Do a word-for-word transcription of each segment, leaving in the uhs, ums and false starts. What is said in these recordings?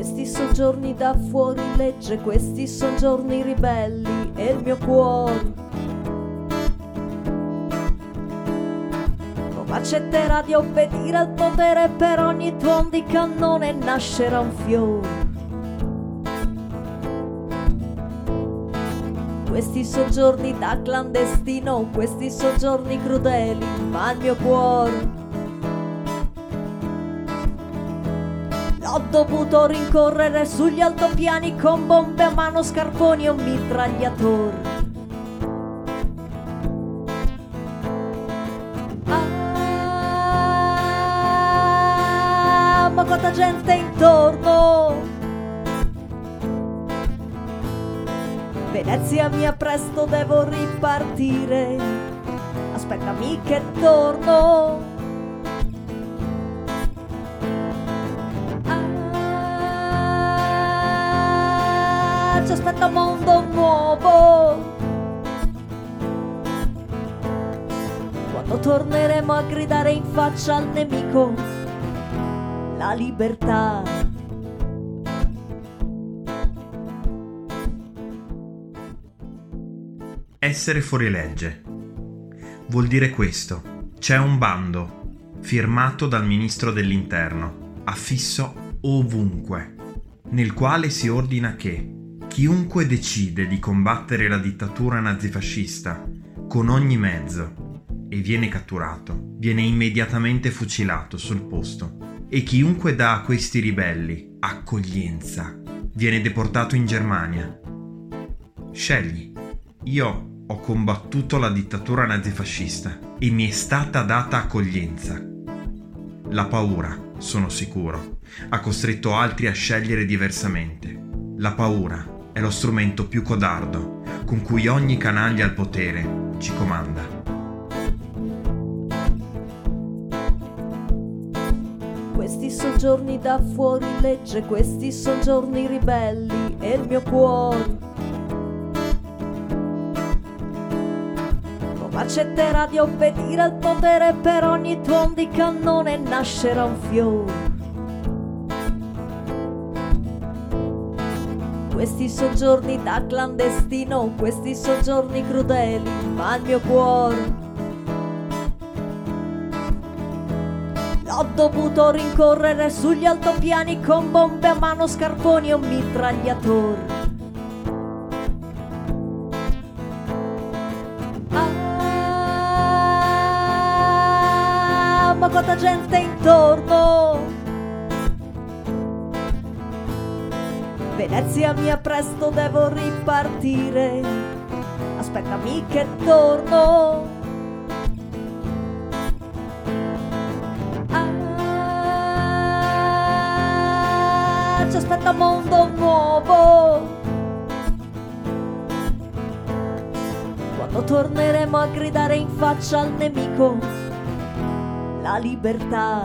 Questi soggiorni da fuori legge, questi soggiorni ribelli e il mio cuore non accetterà di obbedire al potere, per ogni tuon di cannone nascerà un fiore. Questi soggiorni da clandestino, questi soggiorni crudeli, ma il mio cuore ho dovuto rincorrere sugli altopiani con bombe a mano, scarponi o mitragliatori. Ah, ma quanta gente intorno! Venezia mia, presto devo ripartire, aspettami che torno. Ah, ci aspetta un mondo nuovo, quando torneremo a gridare in faccia al nemico la libertà. Essere fuorilegge vuol dire questo: c'è un bando firmato dal ministro dell'interno, affisso ovunque, nel quale si ordina che chiunque decide di combattere la dittatura nazifascista con ogni mezzo e viene catturato, viene immediatamente fucilato sul posto, e chiunque dà a questi ribelli accoglienza viene deportato in Germania. Scegli. Io ho combattuto la dittatura nazifascista e mi è stata data accoglienza. La paura, sono sicuro, ha costretto altri a scegliere diversamente. La paura è lo strumento più codardo con cui ogni canaglia al potere ci comanda. Questi soggiorni da fuori legge, questi soggiorni ribelli e il mio cuore accetterà di obbedire al potere, per ogni tuon di cannone nascerà un fiore. Questi soggiorni da clandestino, questi soggiorni crudeli, ma il mio cuore ho dovuto rincorrere sugli altopiani con bombe a mano, scarponi o mitragliatori. Ma quanta gente intorno! Venezia mia, presto devo ripartire, aspettami che torno. Ah, ci aspetta un mondo nuovo, quando torneremo a gridare in faccia al nemico la libertà.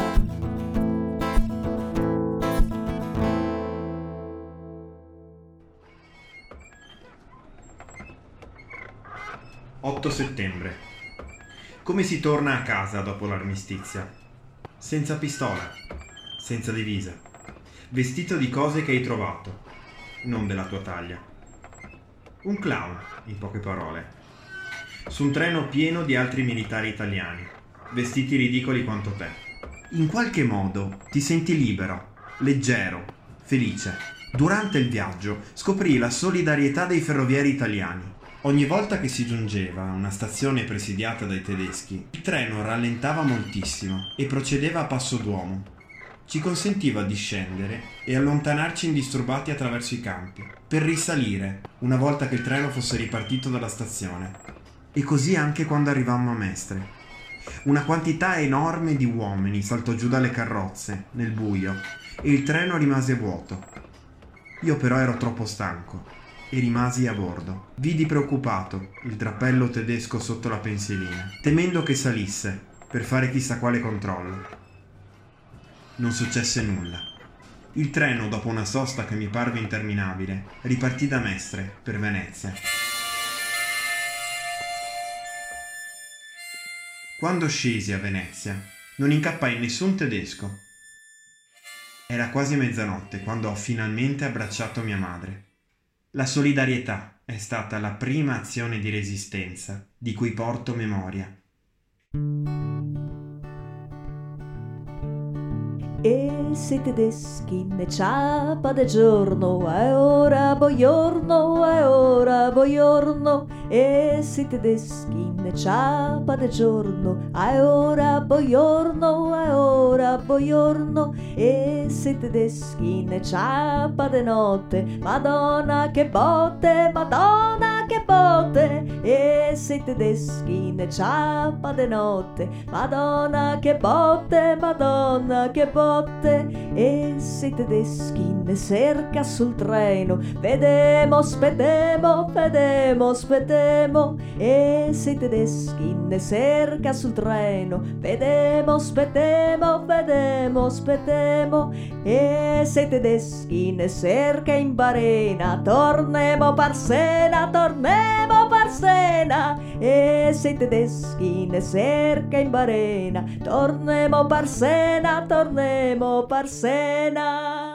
otto settembre. Come si torna a casa dopo l'armistizio? Senza pistola, senza divisa, vestito di cose che hai trovato, non della tua taglia. Un clown, in poche parole, su un treno pieno di altri militari italiani, vestiti ridicoli quanto te. In qualche modo ti senti libero, leggero, felice. Durante il viaggio scoprì la solidarietà dei ferrovieri italiani. Ogni volta che si giungeva a una stazione presidiata dai tedeschi, il treno rallentava moltissimo e procedeva a passo d'uomo. Ci consentiva di scendere e allontanarci indisturbati attraverso i campi, per risalire una volta che il treno fosse ripartito dalla stazione. E così anche quando arrivammo a Mestre. Una quantità enorme di uomini saltò giù dalle carrozze, nel buio, e il treno rimase vuoto. Io però ero troppo stanco e rimasi a bordo. Vidi preoccupato il drappello tedesco sotto la pensilina, temendo che salisse per fare chissà quale controllo. Non successe nulla. Il treno, dopo una sosta che mi parve interminabile, ripartì da Mestre per Venezia. Quando scesi a Venezia, non incappai in nessun tedesco. Era quasi mezzanotte quando ho finalmente abbracciato mia madre. La solidarietà è stata la prima azione di resistenza di cui porto memoria. E se tedeschi ne ciapa de giorno, e ora boiorno, e ora boiorno. E se tedeschi ne ciapa de giorno, e ora boiorno, e ora boiorno. E se tedeschi ne ciapa de notte, Madonna che botte, Madonna che botte. E se tedeschi ne ciapa de notte, Madonna che botte, Madonna che botte. E se tedeschi ne cerca sul treno, vedemo, spedemo, vedemo, spedemo. E se tedeschi ne cerca sul treno, vedemo, spedemo, vedemo, spedemo. E se tedeschi ne cerca in barena, tornemo parsena, tornemo parsena. E se tedeschi ne cerca in barena, tornemo parsena, tornemo parsena.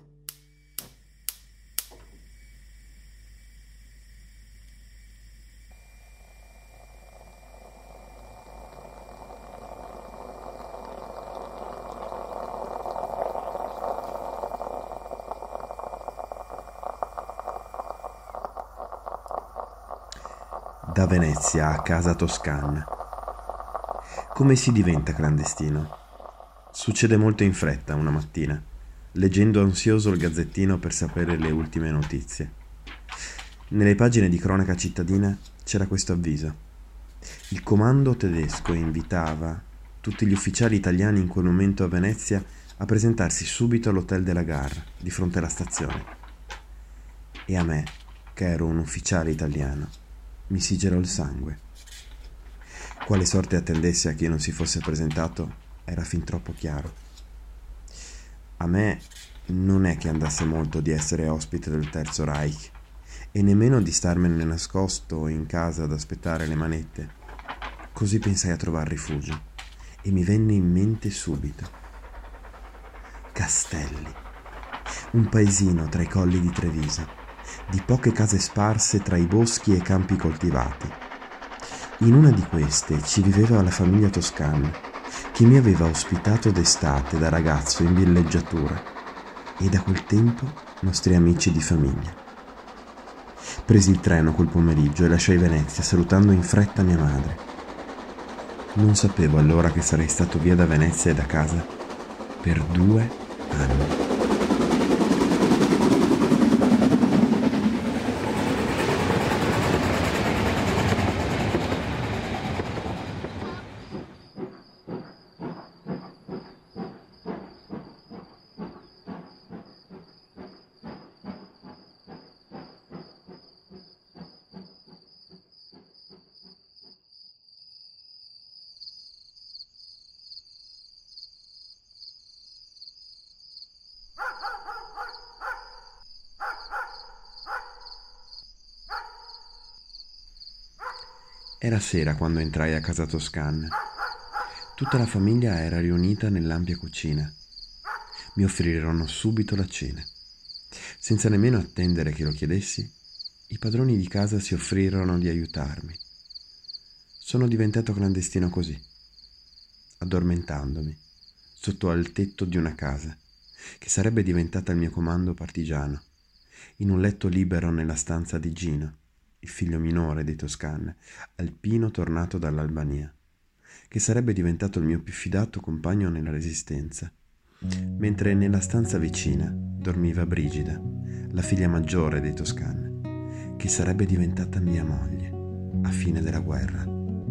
Da Venezia a casa toscana. Come si diventa clandestino? Succede molto in fretta una mattina, leggendo ansioso il gazzettino per sapere le ultime notizie. Nelle pagine di cronaca cittadina c'era questo avviso. Il comando tedesco invitava tutti gli ufficiali italiani in quel momento a Venezia a presentarsi subito all'Hotel de la Gare, di fronte alla stazione. E a me, che ero un ufficiale italiano, mi si gelò il sangue. Quale sorte attendesse a chi non si fosse presentato era fin troppo chiaro. A me non è che andasse molto di essere ospite del Terzo Reich e nemmeno di starmene nascosto in casa ad aspettare le manette. Così pensai a trovar rifugio e mi venne in mente subito Castelli, un paesino tra i colli di Treviso, di poche case sparse tra i boschi e i campi coltivati. In una di queste ci viveva la famiglia toscana, che mi aveva ospitato d'estate da ragazzo in villeggiatura, e da quel tempo nostri amici di famiglia. Presi il treno quel pomeriggio e lasciai Venezia salutando in fretta mia madre. Non sapevo allora che sarei stato via da Venezia e da casa per due anni. Era sera quando entrai a casa toscana. Tutta la famiglia era riunita nell'ampia cucina. Mi offrirono subito la cena. Senza nemmeno attendere che lo chiedessi, i padroni di casa si offrirono di aiutarmi. Sono diventato clandestino così, addormentandomi sotto al tetto di una casa che sarebbe diventata il mio comando partigiano, in un letto libero nella stanza di Gino, il figlio minore dei Toscana, alpino tornato dall'Albania, che sarebbe diventato il mio più fidato compagno nella resistenza, mentre nella stanza vicina dormiva Brigida, la figlia maggiore dei Toscana, che sarebbe diventata mia moglie a fine della guerra.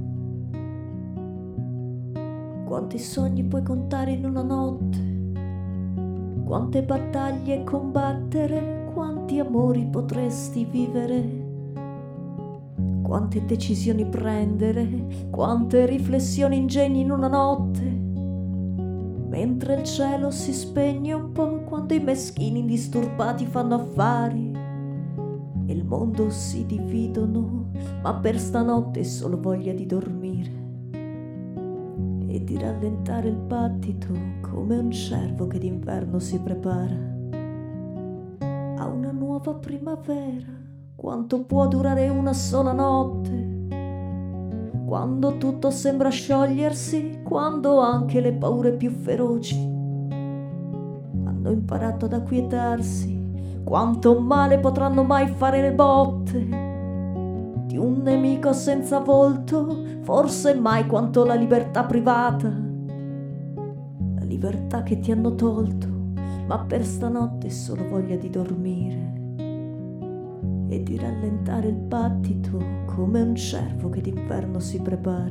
Quanti sogni puoi contare in una notte? Quante battaglie combattere? Quanti amori potresti vivere? Quante decisioni prendere? Quante riflessioni ingegni in una notte? Mentre il cielo si spegne un po', quando i meschini indisturbati fanno affari e il mondo si dividono, ma per stanotte solo voglia di dormire. e di rallentare il battito come un cervo che d'inverno si prepara a una nuova primavera. Quanto può durare una sola notte, quando tutto sembra sciogliersi, quando anche le paure più feroci hanno imparato ad acquietarsi? Quanto male potranno mai fare le botte di un nemico senza volto? Forse mai quanto la libertà privata, la libertà che ti hanno tolto. Ma per stanotte solo voglia di dormire e di rallentare il battito come un cervo che d'inverno si prepara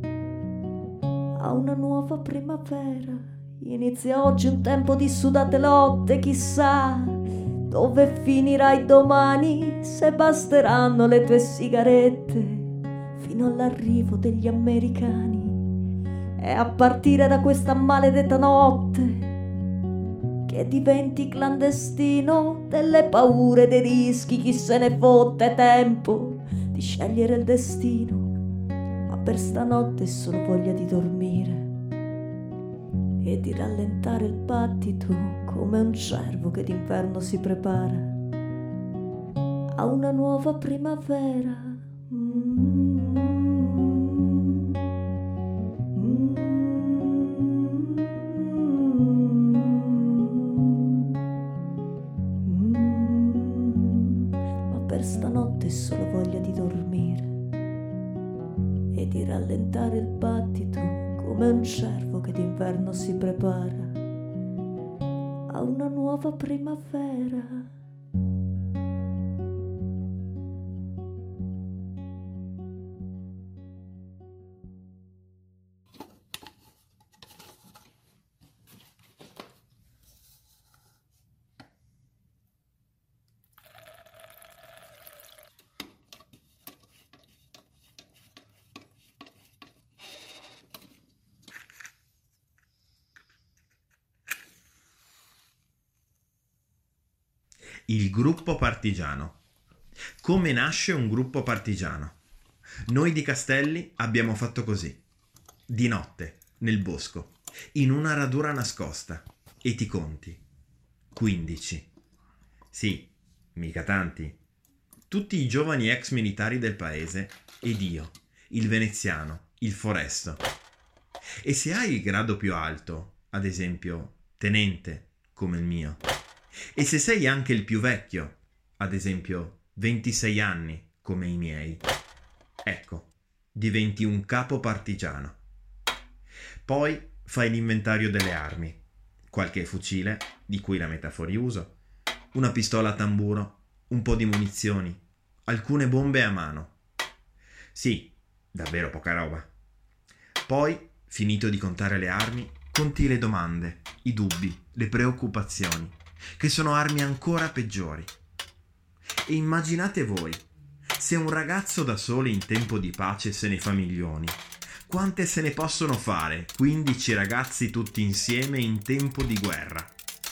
a una nuova primavera. Inizia oggi un tempo di sudate lotte, chissà dove finirai domani, se basteranno le tue sigarette fino all'arrivo degli americani. E a partire da questa maledetta notte che diventi clandestino delle paure, dei rischi, chi se ne fotte, tempo di scegliere il destino. Ma per stanotte è solo voglia di dormire e di rallentare il battito come un cervo che d'inverno si prepara a una nuova primavera. Mm. Per stanotte è solo voglia di dormire e di rallentare il battito come un cervo che d'inverno si prepara a una nuova primavera. Il gruppo partigiano. Come nasce un gruppo partigiano? Noi di Castelli abbiamo fatto così. Di notte, nel bosco, in una radura nascosta. E ti conti? quindici. Sì, mica tanti. Tutti i giovani ex militari del paese ed io, il veneziano, il foresto. E se hai il grado più alto, ad esempio tenente, come il mio, e se sei anche il più vecchio, ad esempio ventisei anni, come i miei, ecco, diventi un capo partigiano. Poi fai l'inventario delle armi, qualche fucile, di cui la metà fuori uso, una pistola a tamburo, un po' di munizioni, alcune bombe a mano. Sì, davvero poca roba. Poi, finito di contare le armi, conti le domande, i dubbi, le preoccupazioni, che sono armi ancora peggiori. E immaginate voi, se un ragazzo da solo in tempo di pace se ne fa milioni, quante se ne possono fare quindici ragazzi tutti insieme in tempo di guerra?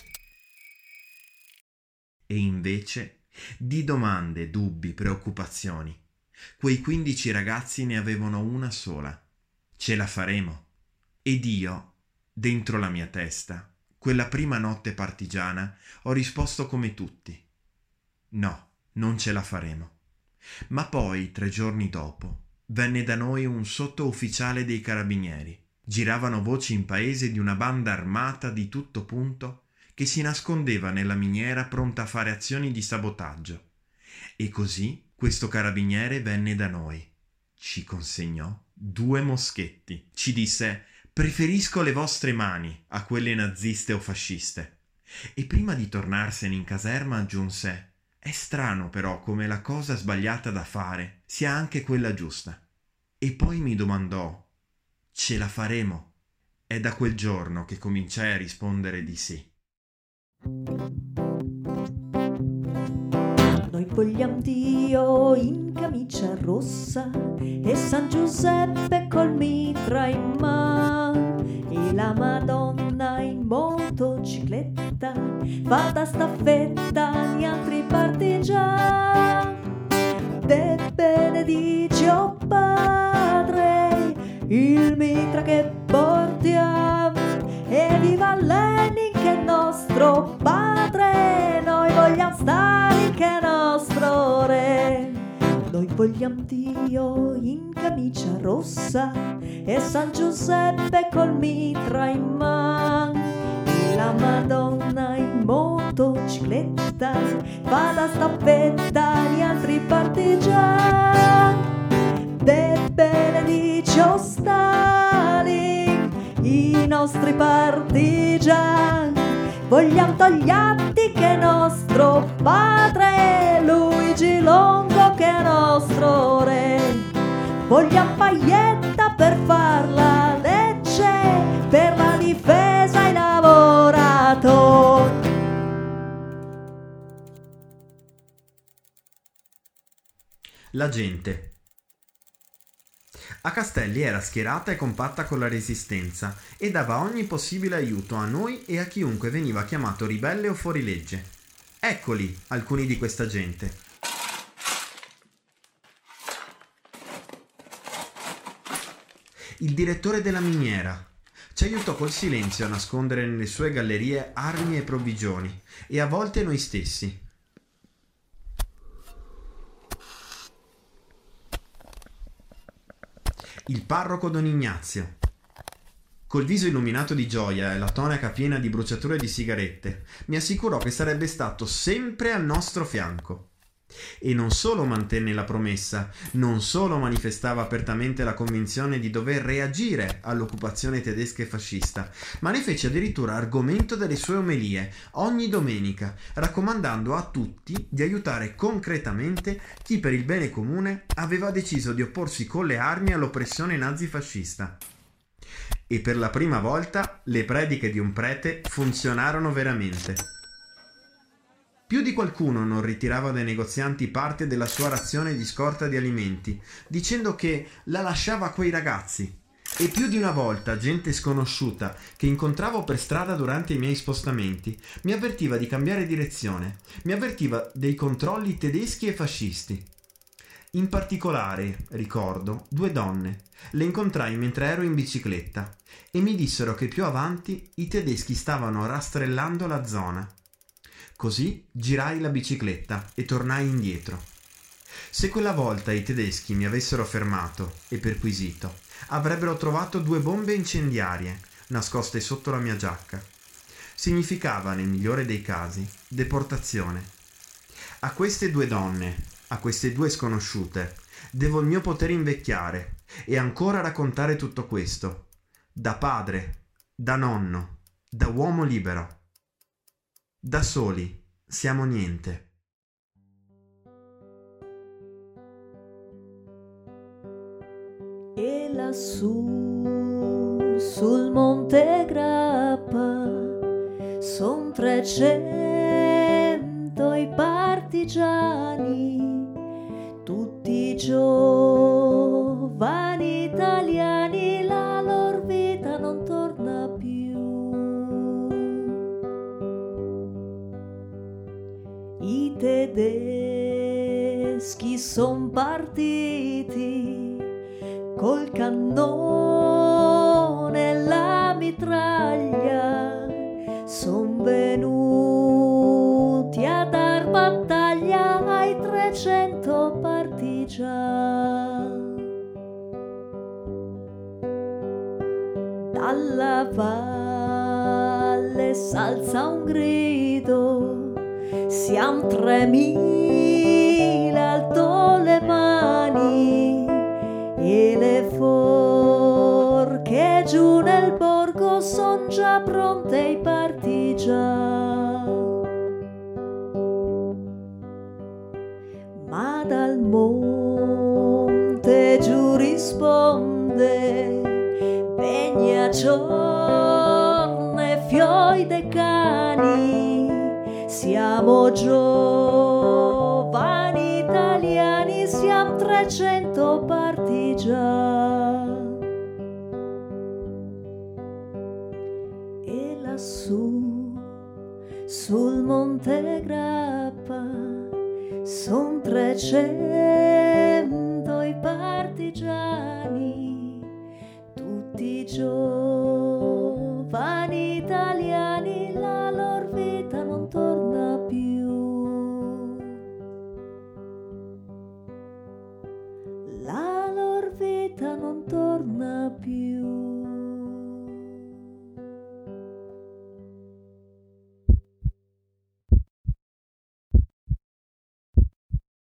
E invece, di domande, dubbi, preoccupazioni, quei quindici ragazzi ne avevano una sola. Ce la faremo? Ed io, dentro la mia testa, quella prima notte partigiana, ho risposto come tutti. No, non ce la faremo. Ma poi, tre giorni dopo, venne da noi un sottoufficiale dei carabinieri. Giravano voci in paese di una banda armata di tutto punto che si nascondeva nella miniera pronta a fare azioni di sabotaggio. E così questo carabiniere venne da noi. Ci consegnò due moschetti. Ci disse: preferisco le vostre mani a quelle naziste o fasciste. E prima di tornarsene in caserma aggiunse: è strano però come la cosa sbagliata da fare sia anche quella giusta. E poi mi domandò: ce la faremo? È da quel giorno che cominciai a rispondere di sì. Noi vogliamo Dio in camicia rossa e San Giuseppe col mitra in mano e la Madonna in motocicletta fa da staffetta agli altri partigiani. Te benedice, oh Padre, il mitra che porta salutiamo e viva Lenin che è nostro padre, noi vogliamo Stalin che è nostro re, noi vogliamo Dio in camicia rossa e San Giuseppe col mitra in mano, la Madonna in motocicletta fa da staffetta agli altri partigiani. De benedicio Stalin, i nostri partigiani, vogliamo Togliatti che è nostro padre, Luigi Longo che è nostro re, vogliamo Paietta per far la legge, per la difesa ai lavoratori. La gente. A Castelli era schierata e compatta con la Resistenza e dava ogni possibile aiuto a noi e a chiunque veniva chiamato ribelle o fuorilegge. Eccoli alcuni di questa gente. Il direttore della miniera ci aiutò col silenzio a nascondere nelle sue gallerie armi e provvigioni, e a volte noi stessi. Il parroco Don Ignazio, col viso illuminato di gioia e la tonaca piena di bruciature di sigarette, mi assicurò che sarebbe stato sempre al nostro fianco. E non solo mantenne la promessa, non solo manifestava apertamente la convinzione di dover reagire all'occupazione tedesca e fascista, ma ne fece addirittura argomento delle sue omelie ogni domenica, raccomandando a tutti di aiutare concretamente chi per il bene comune aveva deciso di opporsi con le armi all'oppressione nazifascista. E per la prima volta le prediche di un prete funzionarono veramente. Più di qualcuno non ritirava dai negozianti parte della sua razione di scorta di alimenti, dicendo che la lasciava a quei ragazzi. E più di una volta gente sconosciuta che incontravo per strada durante i miei spostamenti mi avvertiva di cambiare direzione, mi avvertiva dei controlli tedeschi e fascisti. In particolare, ricordo, due donne. Le incontrai mentre ero in bicicletta e mi dissero che più avanti i tedeschi stavano rastrellando la zona. Così girai la bicicletta e tornai indietro. Se quella volta i tedeschi mi avessero fermato e perquisito, avrebbero trovato due bombe incendiarie nascoste sotto la mia giacca. Significava, nel migliore dei casi, deportazione. A queste due donne, a queste due sconosciute, devo il mio poter invecchiare e ancora raccontare tutto questo, da padre, da nonno, da uomo libero. Da soli siamo niente. E lassù sul Monte Grappa son trecento i partigiani, tutti giovani italiani, la loro vita non torna più. I tedeschi son partiti col cannone e la mitraglia, son venuti a dar battaglia ai trecento partigiani. Dalla valle s'alza un grido, siamo tremila, alto le mani e le forche giù nel borgo son già pronte i partigiani. Ma dal monte giù risponde Pegna giorno e fioi de cani, siamo giovani italiani, siamo trecento partigiani. E lassù sul Monte Grappa son trecento i partigiani, tutti giovani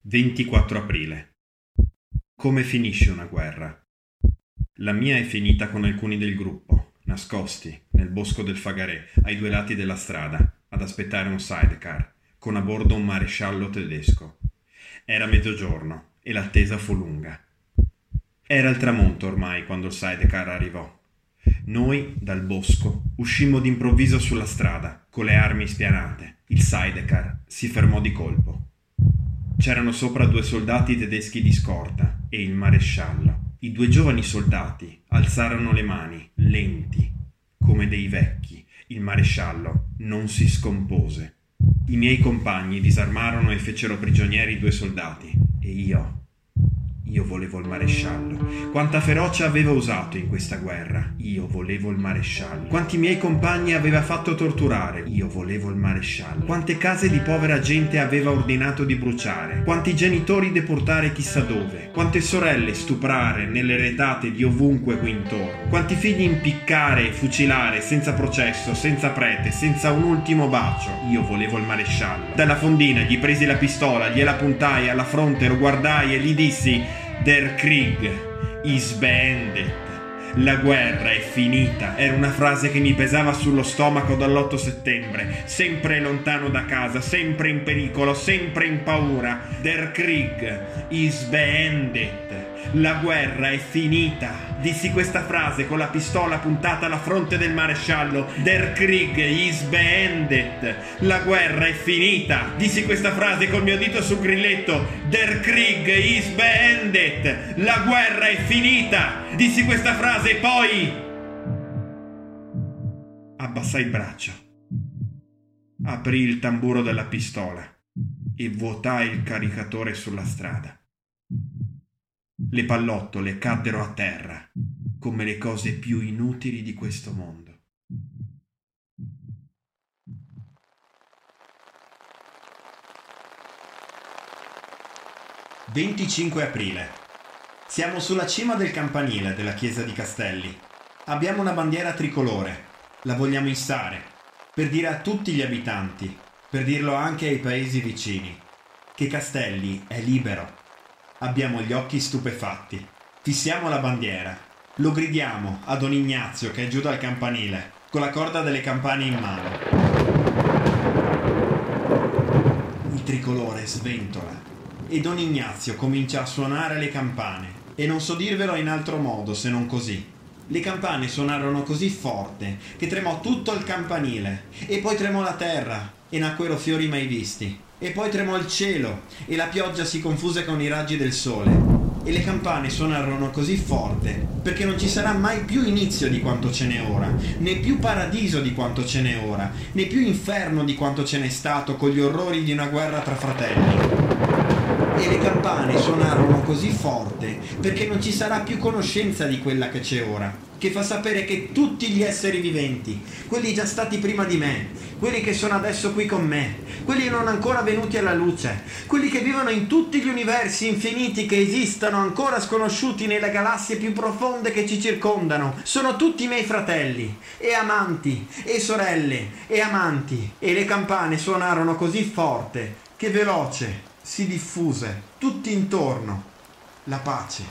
ventiquattro aprile. Come finisce una guerra? La mia è finita con alcuni del gruppo, nascosti nel bosco del Fagaré, ai due lati della strada, ad aspettare un sidecar, con a bordo un maresciallo tedesco. Era mezzogiorno e l'attesa fu lunga. Era il tramonto ormai quando il sidecar arrivò. Noi, dal bosco, uscimmo d'improvviso sulla strada, con le armi spianate. Il sidecar si fermò di colpo. C'erano sopra due soldati tedeschi di scorta e il maresciallo. I due giovani soldati alzarono le mani, lenti, come dei vecchi. Il maresciallo non si scompose. I miei compagni disarmarono e fecero prigionieri i due soldati. E io... Io volevo il maresciallo. Quanta ferocia aveva usato in questa guerra. Io volevo il maresciallo. Quanti miei compagni aveva fatto torturare. Io volevo il maresciallo. Quante case di povera gente aveva ordinato di bruciare. Quanti genitori deportare chissà dove. Quante sorelle stuprare nelle retate di ovunque qui intorno. Quanti figli impiccare e fucilare senza processo, senza prete, senza un ultimo bacio. Io volevo il maresciallo. Dalla fondina gli presi la pistola, gliela puntai alla fronte, lo guardai e gli dissi: Der Krieg is beendet. La guerra è finita. Era una frase che mi pesava sullo stomaco dall'otto settembre. Sempre lontano da casa, sempre in pericolo, sempre in paura. Der Krieg is beendet. La guerra è finita. Dissi questa frase con la pistola puntata alla fronte del maresciallo. Der Krieg is beendet. La guerra è finita. Dissi questa frase col mio dito sul grilletto. Der Krieg is beendet. La guerra è finita. Dissi questa frase e poi abbassai il braccio, aprì il tamburo della pistola e vuotai il caricatore sulla strada. Le pallottole caddero a terra come le cose più inutili di questo mondo. venticinque aprile. Siamo sulla cima del campanile della chiesa di Castelli. Abbiamo una bandiera tricolore. La vogliamo issare per dire a tutti gli abitanti, per dirlo anche ai paesi vicini, che Castelli è libero. Abbiamo gli occhi stupefatti. Fissiamo la bandiera. Lo gridiamo a Don Ignazio che è giù dal campanile, con la corda delle campane in mano. Il tricolore sventola e Don Ignazio comincia a suonare le campane. E non so dirvelo in altro modo se non così. Le campane suonarono così forte che tremò tutto il campanile, e poi tremò la terra e nacquero fiori mai visti, e poi tremò il cielo e la pioggia si confuse con i raggi del sole. E le campane suonarono così forte perché non ci sarà mai più inizio di quanto ce n'è ora, né più paradiso di quanto ce n'è ora, né più inferno di quanto ce n'è stato con gli orrori di una guerra tra fratelli. E le campane suonarono così forte perché non ci sarà più conoscenza di quella che c'è ora, che fa sapere che tutti gli esseri viventi, quelli già stati prima di me, quelli che sono adesso qui con me, quelli non ancora venuti alla luce, quelli che vivono in tutti gli universi infiniti che esistono ancora sconosciuti nelle galassie più profonde che ci circondano, sono tutti miei fratelli e amanti e sorelle e amanti. E le campane suonarono così forte che veloce si diffuse tutti intorno la pace.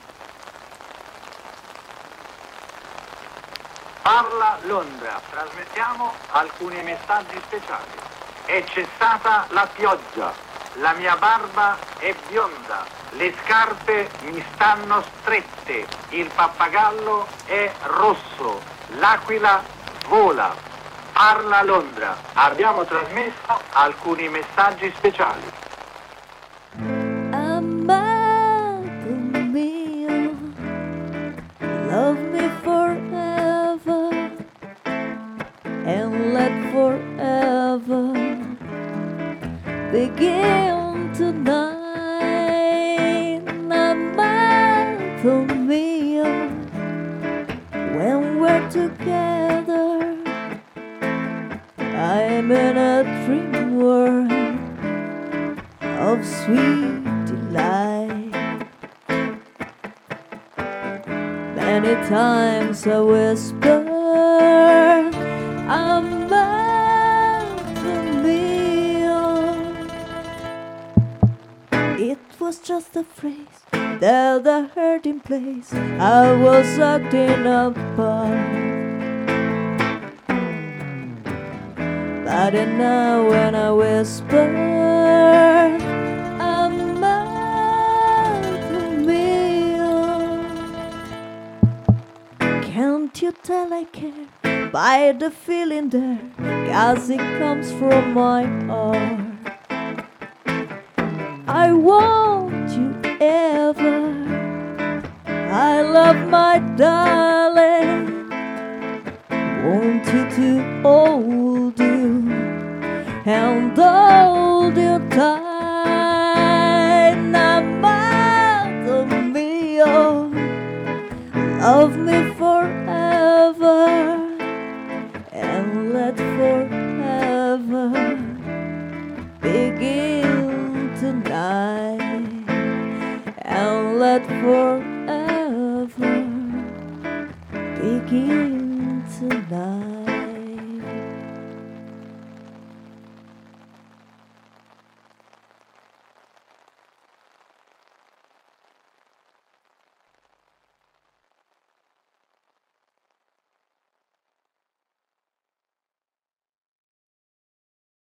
Parla Londra, trasmettiamo alcuni messaggi speciali. È cessata la pioggia, la mia barba è bionda, le scarpe mi stanno strette, il pappagallo è rosso, l'aquila vola. Parla Londra, abbiamo trasmesso alcuni messaggi speciali. Amato mio, love me forever and let forever begin tonight. Amato mio, when we're together, I'm in a dream world of sweet delight. Many times I whisper, amato mio. It just a phrase that the hurting place I was acting apart. But now when I whisper, I'm can't you tell I care by the feeling there, 'cause it comes from my heart. I want you ever, I love my darling, want you to hold you and hold you tight. Amado mio, love me forever and let forever begin tonight, and let forever begin tonight.